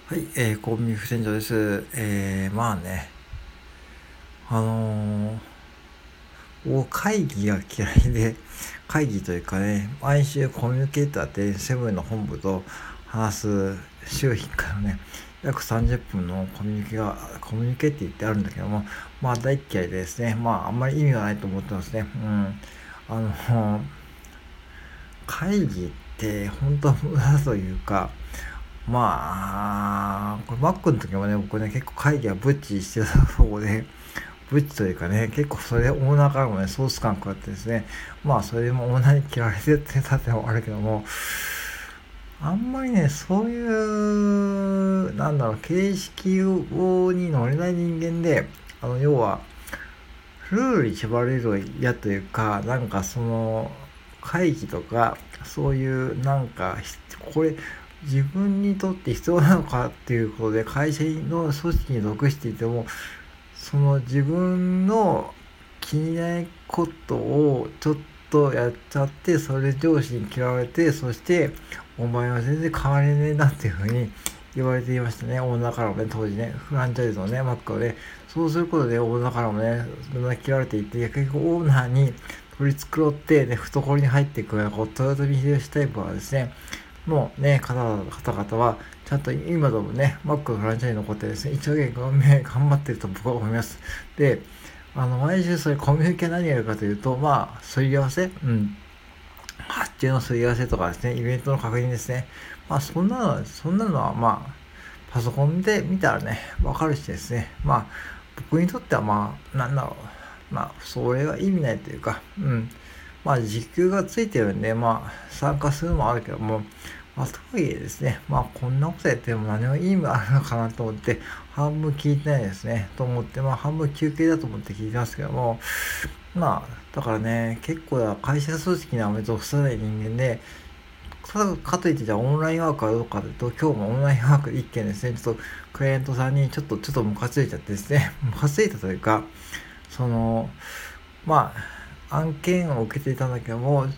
はい、コンビニ副店長です。まあね、あの会議が嫌いで、会議というかね、毎週コミュニケーターってセブンの本部と話す週1回のね、約30分のコミュニケって言ってあるんだけども、まあ大っ嫌いでですね、まああんまり意味がないと思ってますね。あの会議って本当は無駄だというか、まあ、これマックの時もね、僕ね、結構会議はブッチしてた方で、ブッチというかね、結構それでオーナーからもね、ソース感食らってですね、まあそれでもオーナーに嫌われてたってのはあるけども、あんまりね、そういう、形式に乗れない人間で、要は、ルールに縛られるのが嫌というか、会議とか、そういうこれ、自分にとって必要なのかっていうことで、会社の組織に属していても、その自分の気にないことをちょっとやっちゃって、それで上司に嫌われて、そして、お前は全然変われねえなっていうふうに言われていましたね。オーナーからもね、当時ね、フランチャイズのね、マックをね、そうすることでオーナーからもね、そんな嫌われていて、逆にオーナーに取り繕って、ね、懐に入っていくような、豊臣秀吉タイプはですね、もうね、方々は、ちゃんと今でもね、マックのフランチャイズに残ってですね、一生懸命頑張ってると僕は思います。で、毎週それコミュニケ何やるかというと、まあ、問い合わせ、発注の問い合わせとかですね、イベントの確認ですね。まあ、そんなのはまあ、パソコンで見たらね、わかるしですね。まあ、僕にとってはまあ、それは意味ないというか、まあ、時給がついてるんで、まあ、参加するのもあるけども、まあ、とはいえですね、まあ、こんなことやっても何も意味があるのかなと思って、半分聞いてないですね、と思って、まあ、半分休憩だと思って聞いてますけども、まあ、だからね、結構会社組織には属さない人間で、かといってじゃあオンラインワークはどうかというと、今日もオンラインワーク一件ですね、ちょっとクライアントさんにちょっとムカついちゃってですね、ムカついたというか、その、ま案件を受けていたんだけども、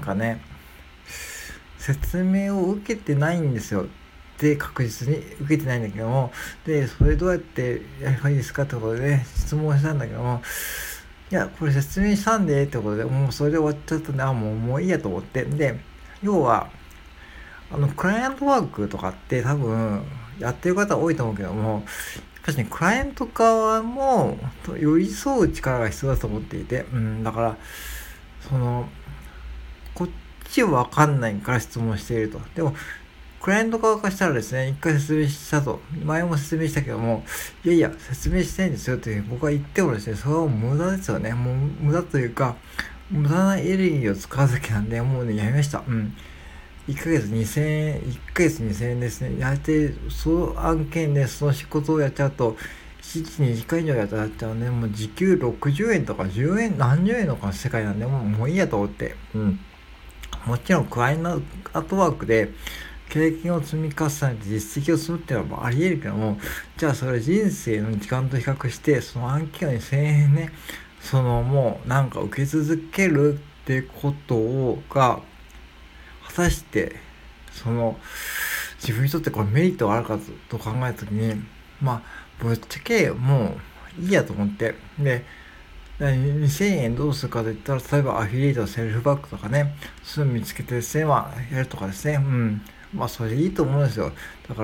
説明を受けてないんですよ。で、確実に受けてないんだけども、で、それどうやってやればいいですかってことでね、質問したんだけども、いや、これ説明したんでってことで、もうそれで終わっちゃったんで、もういいやと思って。で、要は、クライアントワークとかって多分、やってる方多いと思うけども、やっぱりね、クライアント側も寄り添う力が必要だと思っていて、だから、その、こっちはわかんないから質問していると。でも、クライアント側からしたらですね、一回説明したと。前も説明したけども、いやいや、説明してないんですよって僕は言ってもですね、それは無駄ですよね。もう無駄というか、無駄なエネルギーを使うだけなんで、もうね、やめました。1ヶ月2000円、1ヶ月2000円ですね。やって、その案件でその仕事をやっちゃうと、1日2時間以上やっちゃうんで、もう時給60円とか10円、何十円のかの世界なんで、もういいやと思って。もちろんクライアントワークで経験を積み重ねて実績を積むっていうのはあり得るけども、じゃあそれ人生の時間と比較して、その案件に1000円ね、もう受け続けるってことが、果たして、その、自分にとってこれメリットがあるかと考えたときに、まあ、ぶっちゃけもういいやと思って。で、2000円どうするかといったら、例えばアフィリエイト、セルフバックとかね、そういうの見つけてですね、やるとかですね、それでいいと思うんですよ。だから、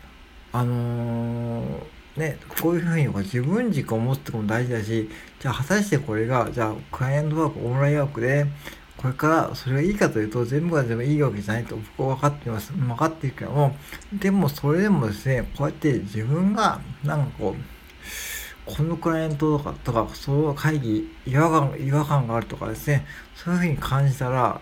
こういうふうに自分軸を持つことも大事だし、じゃあ果たしてこれが、じゃあクライアントワーク、オンラインワークで、これからそれがいいかというと、全部が全部いいわけじゃないと僕は分かっています。分かっているけども、でもそれでもですね、こうやって自分が、このクライアントとか、その会議、違和感があるとかですね、そういうふうに感じたら、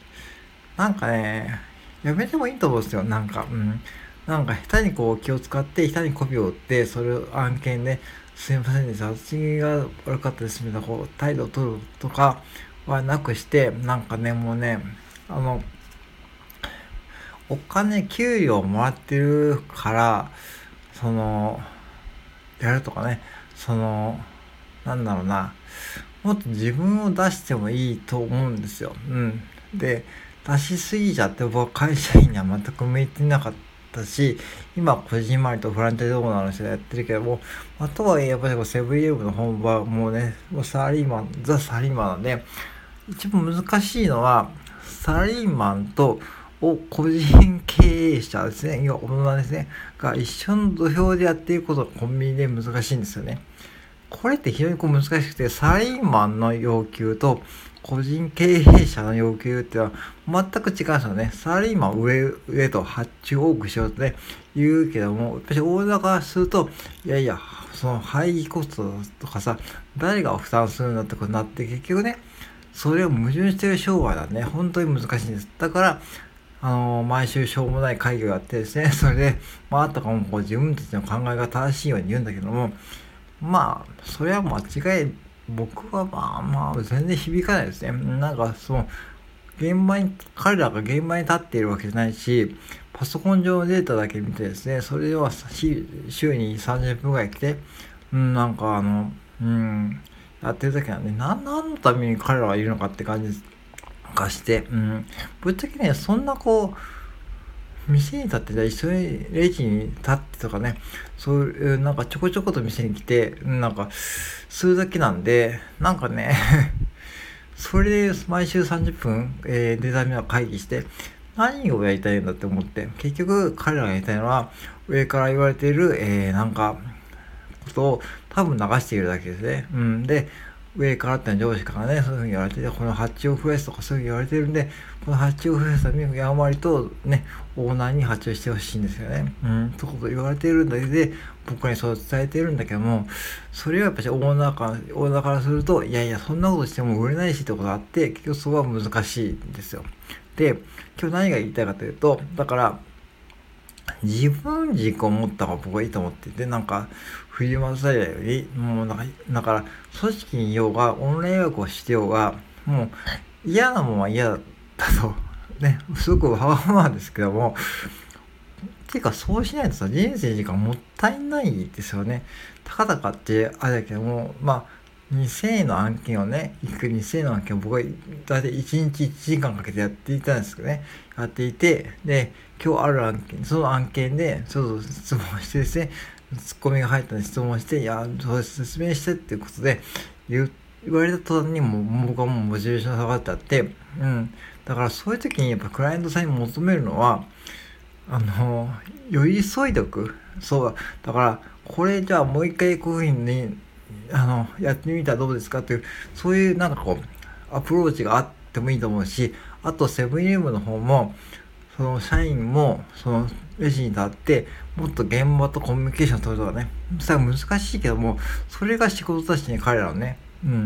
やめてもいいと思うんですよ。下手に気を使って、下手に媚びを打って、それを案件で、すいませんでした。私が悪かったですみたいな、態度を取るとかはなくして、もうね、あの、お金、給料もらってるから、その、やるとかね、その、なんだろうな、もっと自分を出してもいいと思うんですよ。で、出しすぎちゃって僕は会社員には全く向いてなかったし、今個人回りとフランチャイズオーナーの人がやってるけども、とはいえやっぱりセブンイレブンの本場はもうね、もうサラリーマン、ザ・サラリーマンなんで、一番難しいのは、サラリーマンと個人経営者ですね、要は大人ですね、が一緒の土俵でやっていることがコンビニで難しいんですよね。これって非常に難しくて、サラリーマンの要求と個人経営者の要求っていうのは全く違うんですよね。サラリーマンは上と発注を多くしようとね、言うけども、やっぱり大高からすると、いやいや、その廃棄コストとかさ、誰が負担するんだってことになって、結局ね、それを矛盾してる商売だね。本当に難しいんです。だから、毎週しょうもない会議をやってですね、それで、あたかも自分たちの考えが正しいように言うんだけども、それは間違い、僕は全然響かないですね。なんか彼らが現場に立っているわけじゃないし、パソコン上のデータだけ見てですね、それでは週に30分ぐらい来て、やってるだけなんで、何のために彼らはいるのかって感じがして、ぶっちゃけね、そんな店に立って一緒にレジに立ってとかね、そういうちょこちょこと店に来て、するだけなんで、それで毎週30分、デザインの会議して、何をやりたいんだって思って、結局彼らがやりたいのは、上から言われている、ことを多分流しているだけですね。で、上からってのは上司からね、そういうふうに言われてて、この発注を増やすとかそういうふうに言われてるんで、この発注を増やすためにやんわりとね、オーナーに発注してほしいんですよね。ということ言われているんだけど、僕にそう伝えているんだけども、それはやっぱりオーナーからすると、いやいや、そんなことしても売れないしってことがあって、結局そこは難しいんですよ。で、今日何が言いたいかというと、だから、自分軸を持った方が僕はいいと思っていて、振り回されるより、だから、組織にいようが、オンライン予約をしてようが、もう、嫌なもんは嫌だと、ね、すごくわがままですけども、てか、そうしないとさ、人生時間もったいないですよね。たかだかって、あれだけども、2000円の案件をね、2000円の案件を僕はだいたい1日1時間かけてやっていたんですけどね、やっていて、で、今日ある案件、その案件で、ちょっと質問してですね、ツッコミが入ったので質問して、いや、それ説明してっていうことで、言われた途端に僕はもうモチベーション下がっちゃって、だからそういう時にやっぱクライアントさんに求めるのは、寄り添いでおく。そうだ。だから、これじゃあもう一回こういうふうに、やってみたらどうですかっていう、そういうアプローチがあってもいいと思うし、あとセブンイレブンの方も、その社員も、そのレジに立って、もっと現場とコミュニケーション取るとかね、それは難しいけども、それが仕事だしね、彼らのね、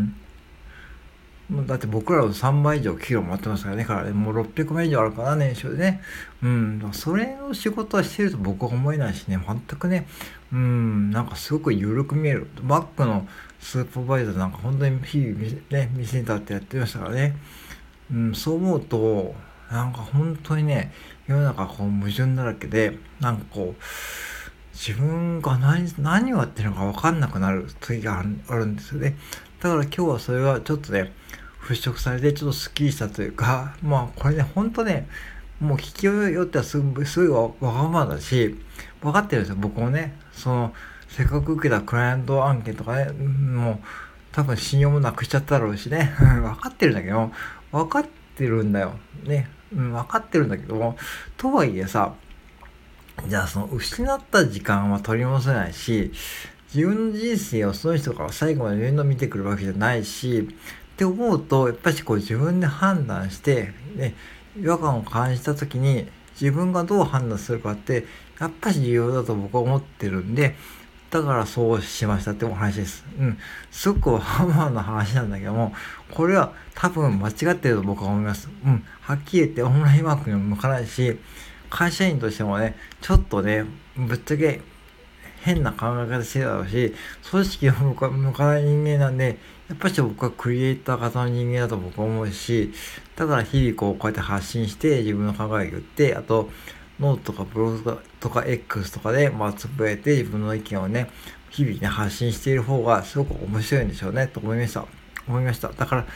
だって僕らの3倍以上給料もらってますからね、からね、もう600万以上あるかな、年収でね。それの仕事はしてると僕は思えないしね、全くね、すごく緩く見える。バックのスーパーバイザー本当に日々ね、店に立ってやってましたからね。そう思うと、本当にね、世の中矛盾だらけで、自分が何をやってるのか分かんなくなる時があるんですよね。だから今日はそれがちょっとね、払拭されてちょっとスッキリしたというか、これね、ほんとね、もう聞きよってはすごいわがままだし、分かってるんですよ、僕もね。せっかく受けたクライアント案件とかね、もう、多分信用もなくしちゃったろうしね。分かってるんだけど、分かってるんだよ。ね。分かってるんだけども、とはいえさ、じゃあその失った時間は取り戻せないし、自分の人生をその人から最後まで面倒見てくるわけじゃないし、って思うと、やっぱり自分で判断して、ね、違和感を感じた時に、自分がどう判断するかって、やっぱり重要だと僕は思ってるんで、だからそうしましたってお話です。すごくわがままな話なんだけども、これは多分間違ってると僕は思います。はっきり言ってオンラインワークにも向かないし、会社員としてもね、ちょっとね、ぶっちゃけ変な考え方してるだろうし、組織を向かない人間なんで、やっぱり僕はクリエイター型の人間だと僕は思うし、だから日々こうやって発信して自分の考えを言って、あと、ノートとかブログとか X とかでつぶやいて自分の意見をね、日々ね、発信している方がすごく面白いんでしょうね、と思いました。だから、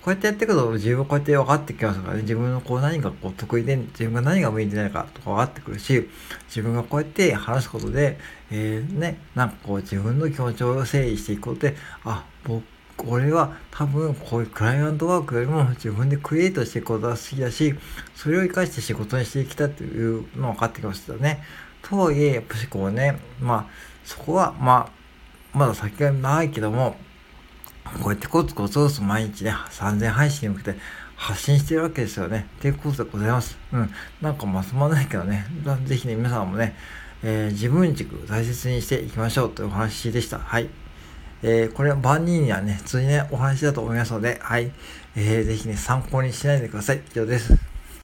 うやってやっていくと自分こうやって分かってきますからね、自分の何が得意で、自分が何が向いてないかとか分かってくるし、自分がこうやって話すことで、なんか自分の気持ちを整理していくことで、俺は多分こういうクライアントワークよりも自分でクリエイトしていくことが好きだし、それを活かして仕事にしていきたいというのが分かってきましたね。とはいえ、やっぱしそこはまだ先が長いけども、こうやってコツコツ毎日ね、3000配信に向けて発信してるわけですよね。っていうことでございます。なんかまとまらないけどね、ぜひね、皆さんもね、自分軸大切にしていきましょうというお話でした。はい。これは万人にはね、普通にね、お話だと思いますので、はい。ぜひね、参考にしないでください。以上です。